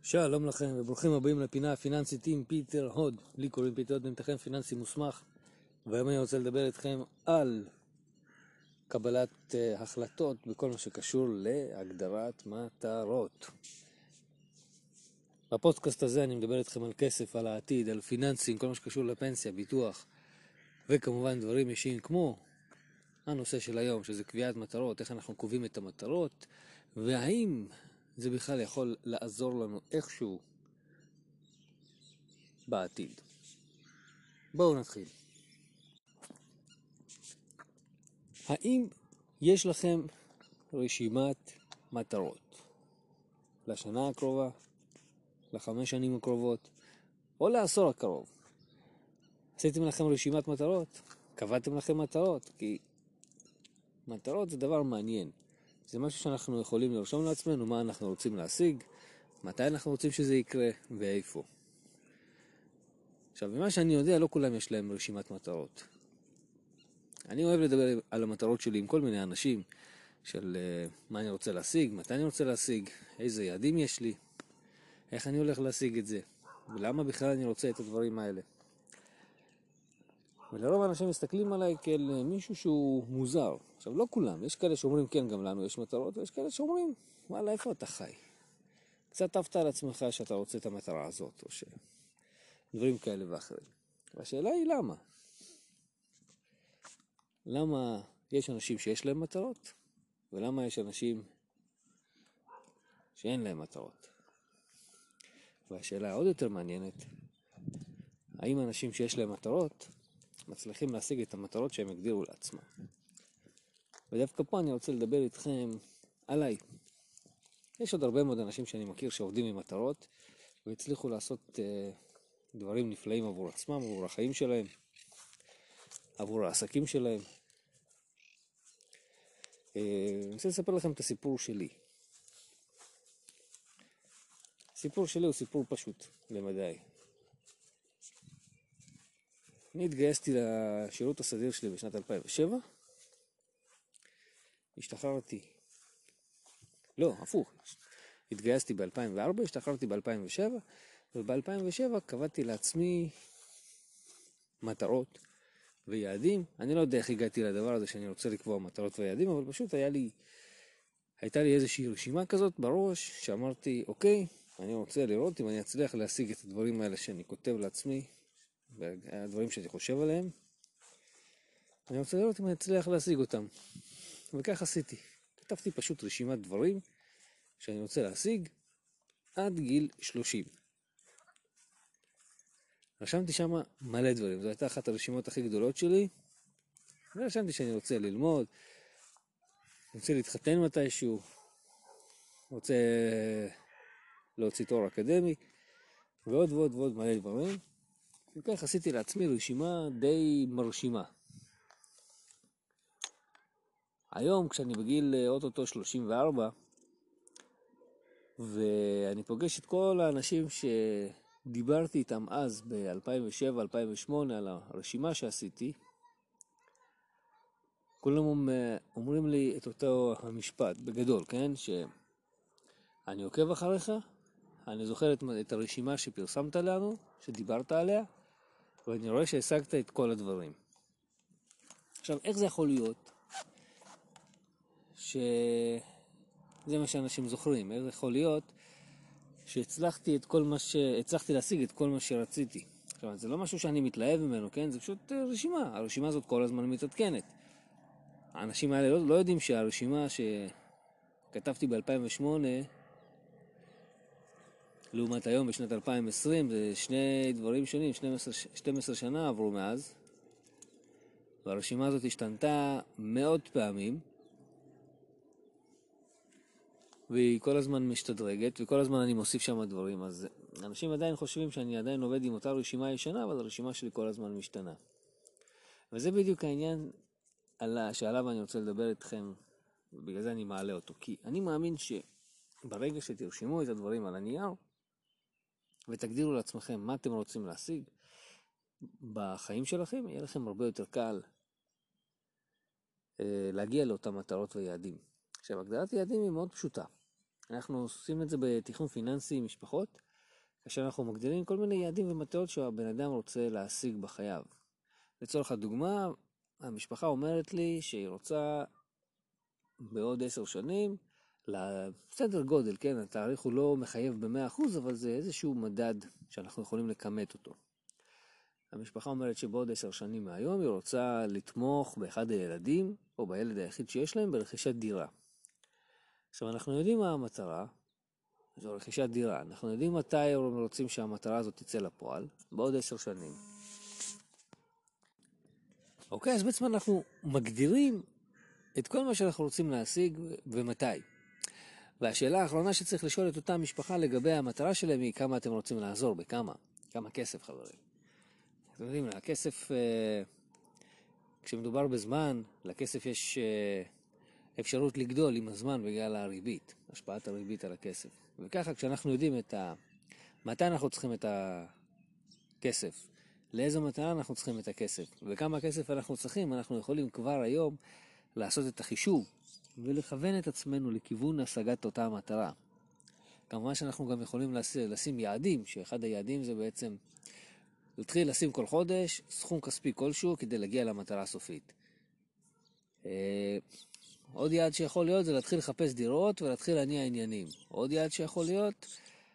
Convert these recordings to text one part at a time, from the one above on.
שלום לכם וברוכים הבאים לפינה הפיננסית עם פיטר הוד. לי קוראים פיטר הוד, מתכנן פיננסי מוסמך, והיום אני רוצה לדבר איתכם על קבלת החלטות בכל מה שקשור להגדרת מטרות. בפודקאסט הזה אני מדבר איתכם על כסף, על העתיד, על פיננסים, כל מה שקשור לפנסיה, ביטוח, וכמובן דברים אישיים כמו הנושא של היום, שזה קביעת מטרות, איך אנחנו קובעים את המטרות, והאם זה בכלל יכול לעזור לנו איכשהו בעתיד. בואו נתחיל. האם יש לכם רשימת מטרות לשנה הקרובה, ל5 שנים הקרובות, או לעשור הקרוב? עשיתם לכם רשימת מטרות? קבעתם לכם מטרות? כי מטרות זה דבר מעניין. זה משהו שאנחנו יכולים לרשום לעצמנו מה אנחנו רוצים להשיג, מתי אנחנו רוצים שזה יקרה ואיפה. עכשיו, במה שאני יודע, לא כולם יש להם רשימת מטרות. אני אוהב לדבר על המטרות שלי עם כל מיני אנשים, של מה אני רוצה להשיג, מתי אני רוצה להשיג, איזה יעדים יש לי, איך אני הולך להשיג את זה, ולמה בכלל אני רוצה את הדברים האלה. ולרוב האנשים מסתכלים עליי כאל מישהו שהוא מוזר. עכשיו, לא כולם, יש כאלה שאומרים כן, גם לנו יש מטרות, ויש כאלה שאומרים, וואלה, איפה אתה חי? קצת אהבת על עצמך שאתה רוצה את המטרה הזאת, או דברים כאלה ואחרים. והשאלה היא למה? למה יש אנשים שיש להם מטרות, ולמה יש אנשים שאין להם מטרות? והשאלה העוד יותר מעניינת, האם אנשים שיש להם מטרות מצליחים להשיג את המטרות שהם הגדירו לעצמם? ודווקא פה אני רוצה לדבר איתכם עליי. יש עוד הרבה מאוד אנשים שאני מכיר שעובדים עם מטרות והצליחו לעשות דברים נפלאים עבור עצמם, עבור החיים שלהם, עבור העסקים שלהם. אני רוצה לספר לכם את הסיפור שלי. הסיפור שלי הוא סיפור פשוט למדי. אני התגייסתי לשירות הסדיר שלי בשנת 2007. השתחררתי. לא, הפוך. התגייסתי ב-2004, השתחררתי ב-2007, וב-2007 קבעתי לעצמי מטרות ויעדים. אני לא יודע איך הגעתי לדבר הזה שאני רוצה לקבוע מטרות ויעדים, אבל פשוט הייתה לי איזושהי רשימה כזאת בראש, שאמרתי, אוקיי, אני רוצה לראות אם אני אצליח להשיג את הדברים האלה שאני כותב לעצמי, והדברים שאני חושב עליהם. אני רוצה לראות אם אני אצליח להשיג אותם. וכך עשיתי. כתבתי פשוט רשימת דברים שאני רוצה להשיג עד גיל 30. רשמתי שם מלא דברים. זו הייתה אחת הרשימות הכי גדולות שלי. ורשמתי שאני רוצה ללמוד, רוצה להתחתן מתישהו, רוצה להוציא תואר אקדמי, ועוד ועוד ועוד מלא דברים. וכך עשיתי לעצמי רשימה די מרשימה. היום כשאני בגיל אוטוטו 34, ואני פוגש את כל האנשים שדיברתי איתם אז ב-2007-2008 על הרשימה שעשיתי, כולם אומרים לי את אותו המשפט בגדול, כן? שאני עוקב אחריך, אני זוכר את הרשימה שפרסמת לנו, שדיברת עליה, ואני רואה שהשגת את כל הדברים. עכשיו, איך זה יכול להיות שזה מה שאנשים זוכרים? איך זה יכול להיות שהצלחתי להשיג את כל מה שרציתי? עכשיו, זה לא משהו שאני מתלהב ממנו, כן? זה פשוט רשימה. הרשימה הזאת כל הזמן מתעדכנת. האנשים האלה לא יודעים שהרשימה שכתבתי ב-2008, לעומת היום בשנת 2020, זה שני דברים שונים, 12 שנה עברו מאז, והרשימה הזאת השתנתה מאות פעמים, והיא כל הזמן משתדרגת, וכל הזמן אני מוסיף שם דברים. אז אנשים עדיין חושבים שאני עדיין עובד עם אותה רשימה ישנה, אבל הרשימה שלי כל הזמן משתנה. וזה בדיוק העניין שעליו אני רוצה לדבר איתכם, ובגלל זה אני מעלה אותו. כי אני מאמין שברגע שתרשמו את הדברים על הנייר, ותגדירו לעצמכם מה אתם רוצים להשיג בחיים שלכם, יהיה לכם הרבה יותר קל להגיע לאותם מטרות ויעדים. עכשיו, הגדרת יעדים היא מאוד פשוטה. אנחנו עושים את זה בתכנון פיננסי עם משפחות, כאשר אנחנו מגדירים כל מיני יעדים ומטרות שהבן אדם רוצה להשיג בחייו. לצורך הדוגמה, המשפחה אומרת לי שהיא רוצה בעוד 10 שנים, לסדר גודל, כן, התאריך הוא לא מחייב ב100%, אבל זה איזשהו מדד שאנחנו יכולים לכמת אותו. המשפחה אומרת שבעוד 10 שנים מהיום היא רוצה לתמוך באחד הילדים, או בילד היחיד שיש להם, ברכישת דירה. עכשיו אנחנו יודעים מה המטרה, זו רכישת דירה. אנחנו יודעים מתי הם רוצים שהמטרה הזאת תצא לפועל, בעוד 10 שנים. אוקיי, אז בעצם אנחנו מגדירים את כל מה שאנחנו רוצים להשיג ומתי. והשאלה האחרונה שצריך לשאול את אותה משפחה לגבי המטרה שלהם היא כמה אתם רוצים לעזור, כמה כסף, חברים. אתם יודעים, הכסף, כשמדובר בזמן, לכסף יש אפשרות לגדול עם הזמן בגלל הריבית, השפעת הריבית על הכסף. וככה כשאנחנו יודעים מתי אנחנו צריכים את הכסף, לאיזו מטרה אנחנו צריכים את הכסף, וכמה כסף אנחנו צריכים, אנחנו יכולים כבר היום לעשות את החישוב ולכוון את עצמנו לכיוון השגת אותה המטרה. כמובן שאנחנו גם יכולים לשים יעדים, שאחד היעדים זה בעצם להתחיל לשים כל חודש סכום כספי כלשהו כדי להגיע למטרה הסופית. עוד יעד שיכול להיות זה להתחיל לחפש דירות ולהתחיל להניע עניינים. עוד יעד שיכול להיות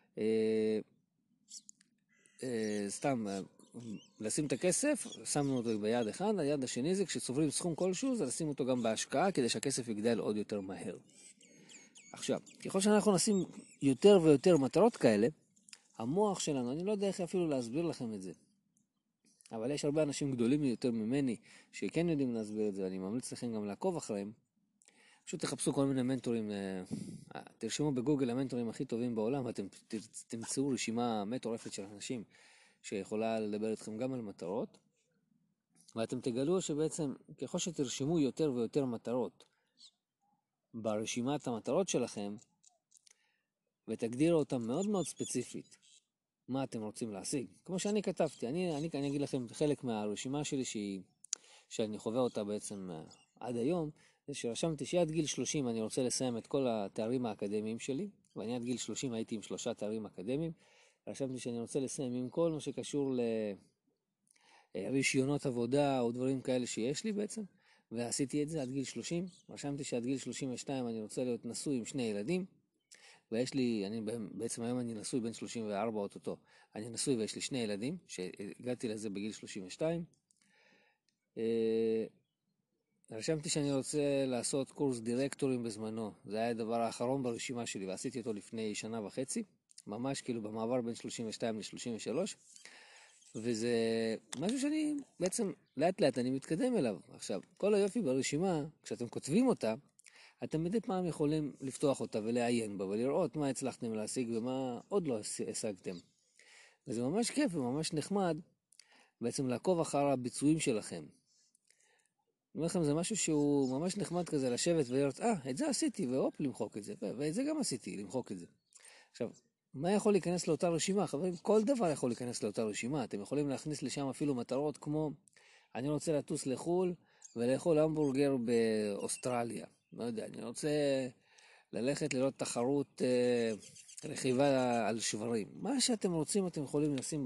סתם לשים את הכסף, שמנו אותו ביד אחד, היד השני זה כשצוברים סכום כלשהו זה לשים אותו גם בהשקעה כדי שהכסף יגדל עוד יותר מהר. עכשיו, ככל שאנחנו נשים יותר ויותר מטרות כאלה, המוח שלנו, אני לא יודע איך אפילו להסביר לכם את זה, אבל יש הרבה אנשים גדולים יותר ממני שכן יודעים להסביר את זה, אני ממליץ לכם גם לעקוב אחריהם. פשוט תחפשו כל מיני מנטורים, תרשמו בגוגל המנטורים הכי טובים בעולם, ואתם תמצאו רשימה מטורפת של אנשים שיכולה לדבר איתכם גם על מטרות, ואתם תגלו שבעצם ככל שתרשמו יותר ויותר מטרות ברשימת המטרות שלכם, ותגדירו אותם מאוד מאוד ספציפית, מה אתם רוצים להשיג. כמו שאני כתבתי, אני אגיד לכם חלק מהרשימה שלי שאני חווה אותה בעצם עד היום, זה שרשמתי שעד גיל 30 אני רוצה לסיים את כל התארים האקדמיים שלי, ואני עד גיל 30 הייתי עם 3 תארים אקדמיים, רשמתי שאני רוצה לסיים עם כל מה שקשור לרישיונות עבודה או דברים כאלה שיש לי בעצם, ועשיתי את זה עד גיל 30, רשמתי שעד גיל 32 אני רוצה להיות נשוי עם 2 ילדים, ויש לי, בעצם היום אני נשוי בין 34 אוטוטו, אני נשוי ויש לי 2 ילדים, שהגעתי לזה בגיל 32, רשמתי שאני רוצה לעשות קורס דירקטורים בזמנו, זה היה הדבר האחרון ברשימה שלי, ועשיתי אותו לפני 1.5 שנה, ממש כאילו במעבר בין 32 ל-33, וזה משהו שאני בעצם לאט לאט אני מתקדם אליו. עכשיו, כל היופי ברשימה, כשאתם כותבים אותה, אתם מדי פעם יכולים לפתוח אותה ולעיין בה ולראות מה הצלחתם להשיג ומה עוד לא השגתם. וזה ממש כיף וממש נחמד בעצם לעקוב אחר הביצועים שלכם. אני אומר לכם, זה משהו שהוא ממש נחמד כזה לשבת ולראות, את זה עשיתי, והופ, למחוק את זה, ואת זה גם עשיתי, למחוק את זה. עכשיו, מה יכול להיכנס לאותה רשימה? חברים, כל דבר יכול להיכנס לאותה רשימה. אתם יכולים להכניס לשם אפילו מטרות כמו, אני רוצה לטוס לחול ולאכול המבורגר באוסטרליה. לא יודע, אני רוצה ללכת לראות תחרות רכיבה על שברים. מה שאתם רוצים אתם יכולים לשים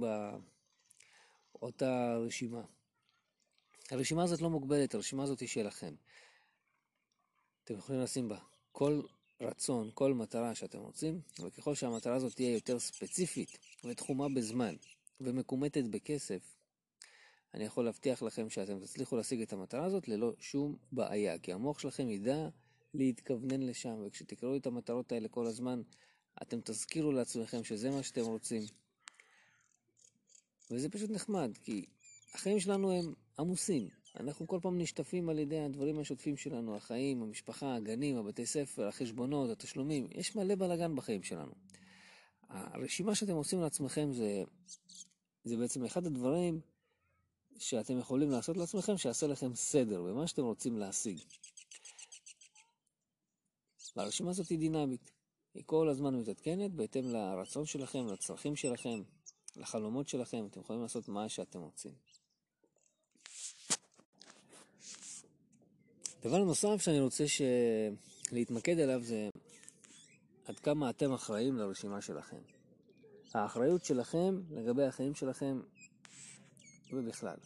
באותה רשימה. הרשימה הזאת לא מוגבלת, הרשימה הזאת היא שלכם. אתם יכולים לשים בה כל רצון, כל מטרה שאתם רוצים, וככל שהמטרה הזאת תהיה יותר ספציפית ותחומה בזמן ומקומטת בכסף, אני יכול להבטיח לכם שאתם תצליחו להשיג את המטרה הזאת ללא שום בעיה, כי המוח שלכם ידע להתכוונן לשם, וכשתקראו את המטרות האלה כל הזמן, אתם תזכירו לעצמכם שזה מה שאתם רוצים. וזה פשוט נחמד, כי החיים שלנו הם עמוסים. אנחנו כל פעם נשטפים על ידי הדברים השוטפים שלנו, החיים, המשפחה, הגנים, הבתי ספר, החשבונות, התשלומים. יש מלא בלגן בחיים שלנו. הרשימה שאתם עושים לעצמכם זה בעצם אחד הדברים שאתם יכולים לעשות לעצמכם, שיעשה לכם סדר במה שאתם רוצים להשיג. והרשימה הזאת היא דינמית. היא כל הזמן מתעדכנת בהתאם לרצון שלכם, לצרכים שלכם, לחלומות שלכם. אתם יכולים לעשות מה שאתם רוצים. דבר נוסף שאני רוצה להתמקד עליו זה עד כמה אתם אחראים לרשימה שלכם. האחריות שלכם לגבי החיים שלכם ובכלל.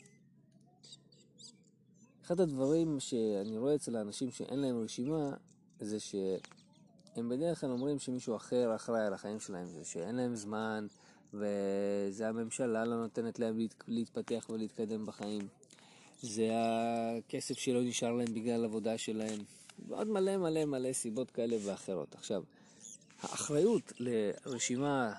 אחד הדברים שאני רואה אצל האנשים שאין להם רשימה, זה שהם בדרך כלל אומרים שמישהו אחר אחראי על החיים שלהם, זה שאין להם זמן, וזה הממשלה לא נותנת להם להתפתח ולהתקדם בחיים. זה הכסף שלא נשאר להם בגלל עבודה שלהם. ועוד מלא מלא מלא סיבות כאלה ואחרות. עכשיו, האחריות לרשימה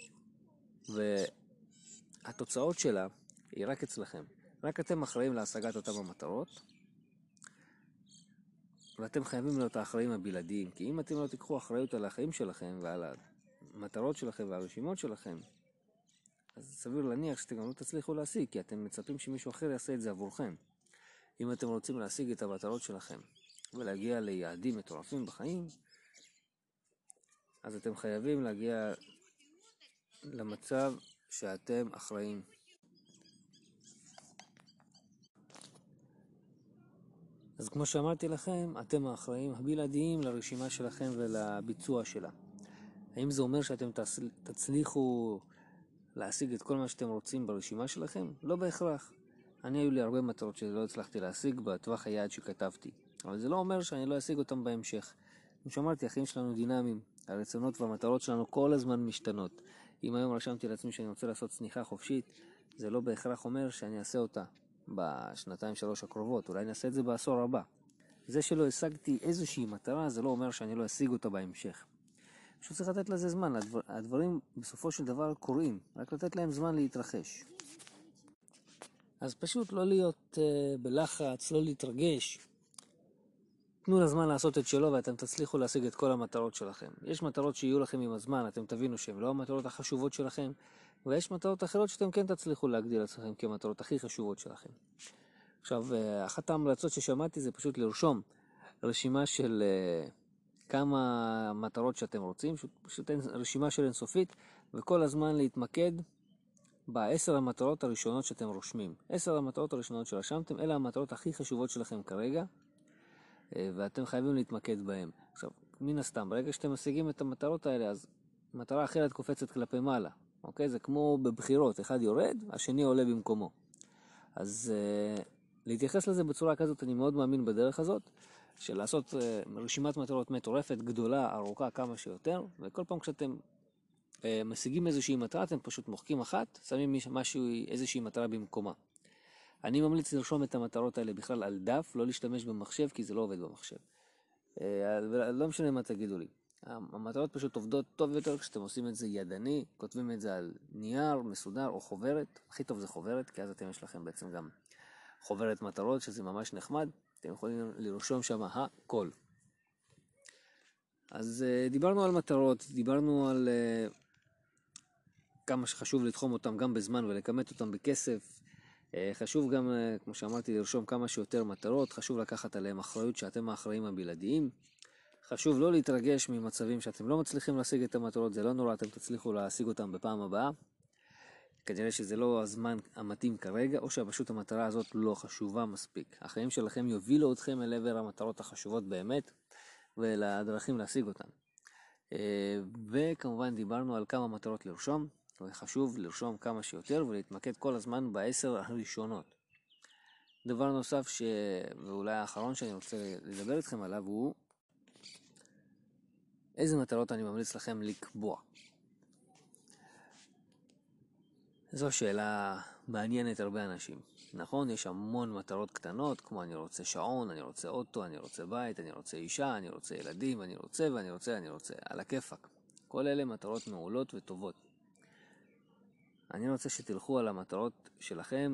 והתוצאות שלה היא רק אצלכם. רק אתם אחראים להשגת אותם המטרות, ואתם חייבים להיות האחראים הבלעדיים. כי אם אתם לא תיקחו אחריות על החיים שלכם ועל המטרות שלכם והרשימות שלכם, אז סביר להניח שאתם גם לא תצליחו להשיג, כי אתם מצפים שמישהו אחר יעשה את זה עבורכם. אם אתם רוצים להשיג את המטרות שלכם ולהגיע ליעדים מטורפים בחיים, אז אתם חייבים להגיע למצב שאתם אחראים. אז כמו שאמרתי לכם, אתם האחראים הבלעדיים לרשימה שלכם ולביצוע שלה. האם זה אומר שאתם תצליחו להשיג את כל מה שאתם רוצים ברשימה שלכם? לא בהכרח. היו לי הרבה מטרות שלא הצלחתי להשיג בטווח היעד שכתבתי. אבל זה לא אומר שאני לא אשיג אותם בהמשך. כמו שאמרתי, החיים שלנו דינמיים. הרצונות והמטרות שלנו כל הזמן משתנות. אם היום רשמתי לעצמי שאני רוצה לעשות צניחה חופשית, זה לא בהכרח אומר שאני אעשה אותה בשנתיים שלוש הקרובות. אולי נעשה את זה בעשור הבא. זה שלא השגתי איזושהי מטרה, זה לא אומר שאני לא אשיג אותה בהמשך. פשוט צריך לתת לזה זמן. הדברים בסופו של דבר קורים. רק לתת להם זמן להתרחש. אז פשוט לא להיות בלחץ, לא להתרגש. תנו לזמן לעשות את שלו ואתם תצליחו להשיג את כל המטרות שלכם. יש מטרות שיהיו לכם עם הזמן, אתם תבינו שהן לא המטרות החשובות שלכם, ויש מטרות אחרות שאתם כן תצליחו להגדיל לעצמכם כמטרות הכי חשובות שלכם. עכשיו, אחת ההמלצות ששמעתי זה פשוט לרשום רשימה של כמה מטרות שאתם רוצים, פשוט רשימה של אינסופית, וכל הזמן להתמקד ב10 המטרות הראשונות שאתם רושמים. 10 המטרות הראשונות שרשמתם, אלה המטרות הכי חשובות שלכם כרגע, ואתם חייבים להתמקד בהם. עכשיו, מן הסתם, ברגע שאתם משיגים את המטרות האלה, אז מטרה אחרת קופצת כלפי מעלה. אוקיי? זה כמו בבחירות, אחד יורד, השני עולה במקומו. אז להתייחס לזה בצורה כזאת, אני מאוד מאמין בדרך הזאת, של לעשות רשימת מטרות מטורפת, גדולה, ארוכה, כמה שיותר, וכל פעם כשאתם משיגים איזושהי מטרה, אתם פשוט מוחקים אחת, שמים איזושהי מטרה במקומה. אני ממליץ לרשום את המטרות האלה בכלל על דף, לא להשתמש במחשב, כי זה לא עובד במחשב. לא משנה מה תגידו לי. המטרות פשוט עובדות טוב יותר כשאתם עושים את זה ידני, כותבים את זה על נייר, מסודר או חוברת. הכי טוב זה חוברת, כי אז יש לכם בעצם גם חוברת מטרות, שזה ממש נחמד. אתם יכולים לרשום שם הכל. אז דיברנו על מטרות, דיברנו על כמה שחשוב לתחום אותם גם בזמן ולכמת אותם בכסף. חשוב גם, כמו שאמרתי, לרשום כמה שיותר מטרות. חשוב לקחת עליהם אחריות שאתם האחראים הבלעדיים. חשוב לא להתרגש ממצבים שאתם לא מצליחים להשיג את המטרות. זה לא נורא, אתם תצליחו להשיג אותם בפעם הבאה. כנראה שזה לא הזמן המתאים כרגע, או שפשוט המטרה הזאת לא חשובה מספיק. החיים שלכם יובילו אתכם אל עבר המטרות החשובות באמת, ולדרכים להשיג אותן. וכמובן דיברנו על כמה מטרות לרשום. וחשוב לרשום כמה שיותר ולהתמקד כל הזמן ב10 הראשונות. דבר נוסף ואולי האחרון שאני רוצה לדבר איתכם עליו הוא איזה מטרות אני ממליץ לכם לקבוע. זו שאלה מעניינת הרבה אנשים. נכון, יש המון מטרות קטנות, כמו אני רוצה שעון, אני רוצה אוטו, אני רוצה בית, אני רוצה אישה, אני רוצה ילדים, אני רוצה ואני רוצה, אני רוצה, על הכיפק. כל אלה מטרות מעולות וטובות. אני רוצה שתלכו על המטרות שלכם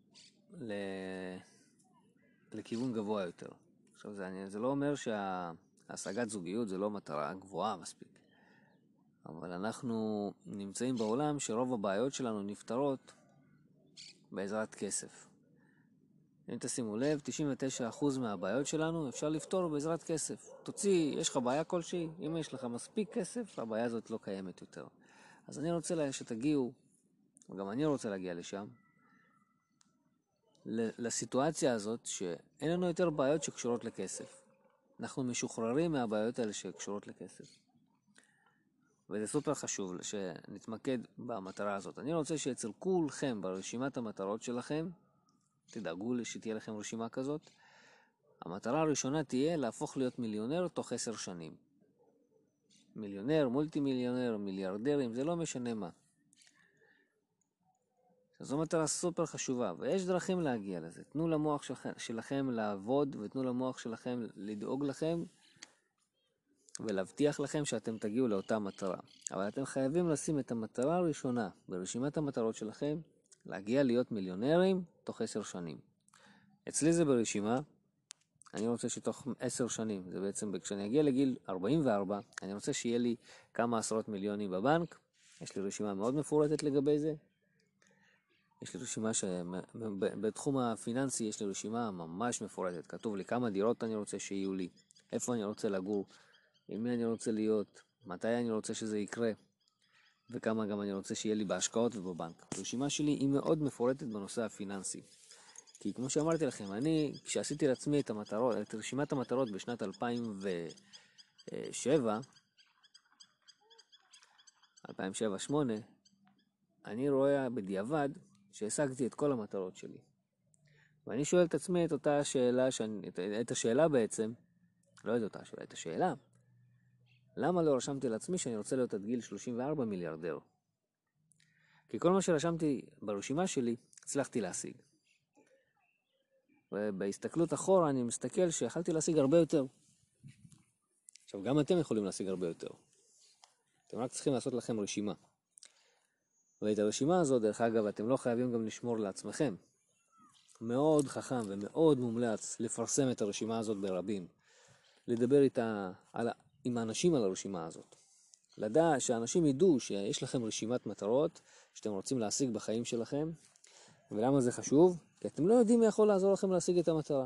לכיוון גבוה יותר. עכשיו, זה לא אומר שהשגת זוגיות זה לא מטרה גבוהה מספיק. אבל אנחנו נמצאים בעולם שרוב הבעיות שלנו נפתרות בעזרת כסף. אם תשימו לב, 99% מהבעיות שלנו אפשר לפתור בעזרת כסף. יש לך בעיה כלשהי, אם יש לך מספיק כסף, הבעיה הזאת לא קיימת יותר. אז אני רוצה שתגיעו, וגם אני רוצה להגיע לשם, לסיטואציה הזאת שאין לנו יותר בעיות שקשורות לכסף. אנחנו משוחררים מהבעיות האלה שקשורות לכסף. וזה סופר חשוב שנתמקד במטרה הזאת. אני רוצה שאצל כולכם ברשימת המטרות שלכם, תדאגו שתהיה לכם רשימה כזאת, המטרה הראשונה תהיה להפוך להיות מיליונר תוך 10 שנים. מיליונר, מולטי מיליונר, מיליארדרים, זה לא משנה מה. זו מטרה סופר חשובה, ויש דרכים להגיע לזה. תנו למוח שלכם לעבוד, ותנו למוח שלכם לדאוג לכם, ולהבטיח לכם שאתם תגיעו לאותה מטרה. אבל אתם חייבים לשים את המטרה הראשונה ברשימת המטרות שלכם, להגיע להיות מיליונרים תוך 10 שנים. אצלי זה ברשימה, אני רוצה שתוך 10 שנים, זה בעצם כשאני אגיע לגיל 44, אני רוצה שיהיה לי כמה עשרות מיליונים בבנק. יש לי רשימה מאוד מפורטת לגבי זה. יש לי רשימה בתחום הפיננסי, יש לי רשימה ממש מפורטת. כתוב לי כמה דירות אני רוצה שיהיו לי, איפה אני רוצה לגור, עם מי אני רוצה להיות, מתי אני רוצה שזה יקרה, וכמה גם אני רוצה שיהיה לי בהשקעות ובבנק. הרשימה שלי היא מאוד מפורטת בנושא הפיננסי. כי כמו שאמרתי לכם, אני כשעשיתי לעצמי את רשימת המטרות בשנת 2007, 2007-2008, אני רואה בדיעבד שהשגתי את כל המטרות שלי. ואני שואל את עצמי את אותה שאלה, את השאלה בעצם, לא את אותה שאלה, את השאלה, למה לא רשמתי לעצמי שאני רוצה להיות עד גיל 34 מיליארדר? כי כל מה שרשמתי ברשימה שלי, הצלחתי להשיג. ובהסתכלות אחורה אני מסתכל שיכלתי להשיג הרבה יותר. עכשיו, גם אתם יכולים להשיג הרבה יותר. אתם רק צריכים לעשות לכם רשימה. ואת הרשימה הזאת, דרך אגב, אתם לא חייבים גם לשמור לעצמכם. מאוד חכם ומאוד מומלץ לפרסם את הרשימה הזאת ברבים. לדבר עם האנשים על הרשימה הזאת. לדע שאנשים ידעו שיש לכם רשימת מטרות שאתם רוצים להשיג בחיים שלכם. ולמה זה חשוב? כי אתם לא יודעים מי יכול לעזור לכם להשיג את המטרה.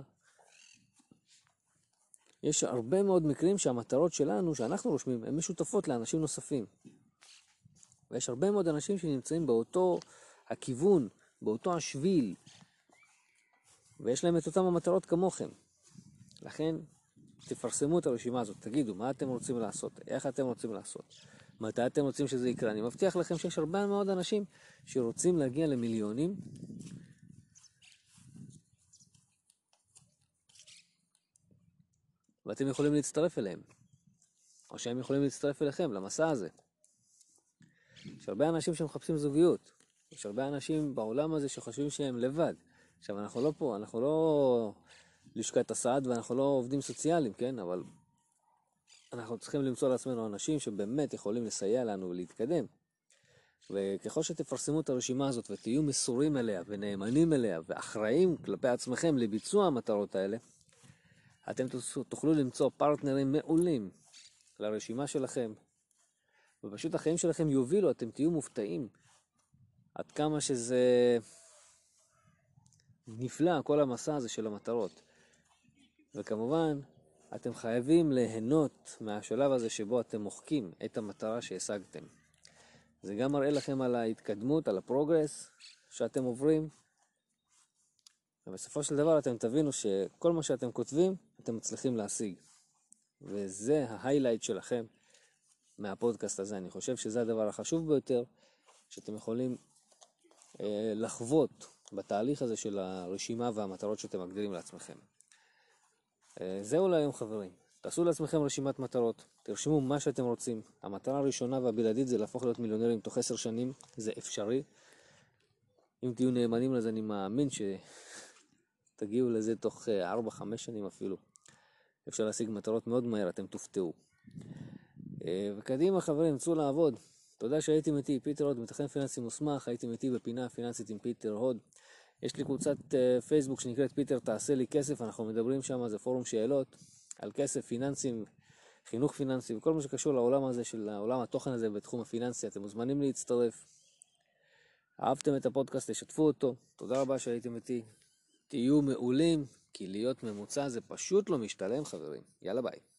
יש הרבה מאוד מקרים שהמטרות שלנו, שאנחנו רושמים, הן משותפות לאנשים נוספים. ויש הרבה מאוד אנשים שנמצאים באותו הכיוון, באותו השביל, ויש להם את אותם המטרות כמוכם. לכן, תפרסמו את הרשימה הזאת, תגידו מה אתם רוצים לעשות, איך אתם רוצים לעשות, מתי אתם רוצים שזה יקרה. אני מבטיח לכם שיש הרבה מאוד אנשים שרוצים להגיע למיליונים, ואתם יכולים להצטרף אליהם, או שהם יכולים להצטרף אליכם, למסע הזה. יש הרבה אנשים שמחפשים זוגיות, יש הרבה אנשים בעולם הזה שחושבים שהם לבד. עכשיו, אנחנו לא פה, אנחנו לא לשכת הסעד ואנחנו לא עובדים סוציאליים, כן? אבל אנחנו צריכים למצוא לעצמנו אנשים שבאמת יכולים לסייע לנו ולהתקדם. וככל שתפרסמו את הרשימה הזאת ותהיו מסורים אליה ונאמנים אליה ואחראים כלפי עצמכם לביצוע המטרות האלה, אתם תוכלו למצוא פרטנרים מעולים לרשימה שלכם, ופשוט החיים שלכם יובילו, אתם תהיו מופתעים עד כמה שזה נפלא כל המסע הזה של המטרות. וכמובן אתם חייבים ליהנות מהשלב הזה שבו אתם מוחקים את המטרה שהשגתם. זה גם מראה לכם על ההתקדמות, על הפרוגרס שאתם עוברים, ובסופו של דבר אתם תבינו שכל מה שאתם כותבים אתם מצליחים להשיג. וזה ההיילייט שלכם מהפודקאסט הזה. אני חושב שזה הדבר החשוב ביותר שאתם יכולים לחוות בתהליך הזה של הרשימה והמטרות שאתם מגדירים לעצמכם. זהו להיום חברים. תעשו לעצמכם רשימת מטרות, תרשמו מה שאתם רוצים. המטרה הראשונה והבלעדית זה להפוך להיות מיליונרים תוך 10 שנים, זה אפשרי. אם תהיו נאמנים לזה, אני מאמין שתגיעו לזה תוך 4-5 שנים אפילו. אפשר להשיג מטרות מאוד מהר, אתם תופתעו. וקדימה חברים, צאו לעבוד. תודה שהייתם איתי, פיטר הוד, מתכנן פיננסי מוסמך, הייתם איתי בפינה פיננסית עם פיטר הוד. יש לי קבוצת פייסבוק שנקראת פיטר תעשה לי כסף, אנחנו מדברים שם, זה פורום שאלות על כסף, פיננסים, חינוך פיננסי וכל מה שקשור לעולם הזה של עולם התוכן הזה בתחום הפיננסי. אתם מוזמנים להצטרף. אהבתם את הפודקאסט, תשתפו אותו. תודה רבה שהייתם איתי. תהיו מעולים, כי להיות ממוצע זה פשוט לא משתלם חברים. יאללה ביי.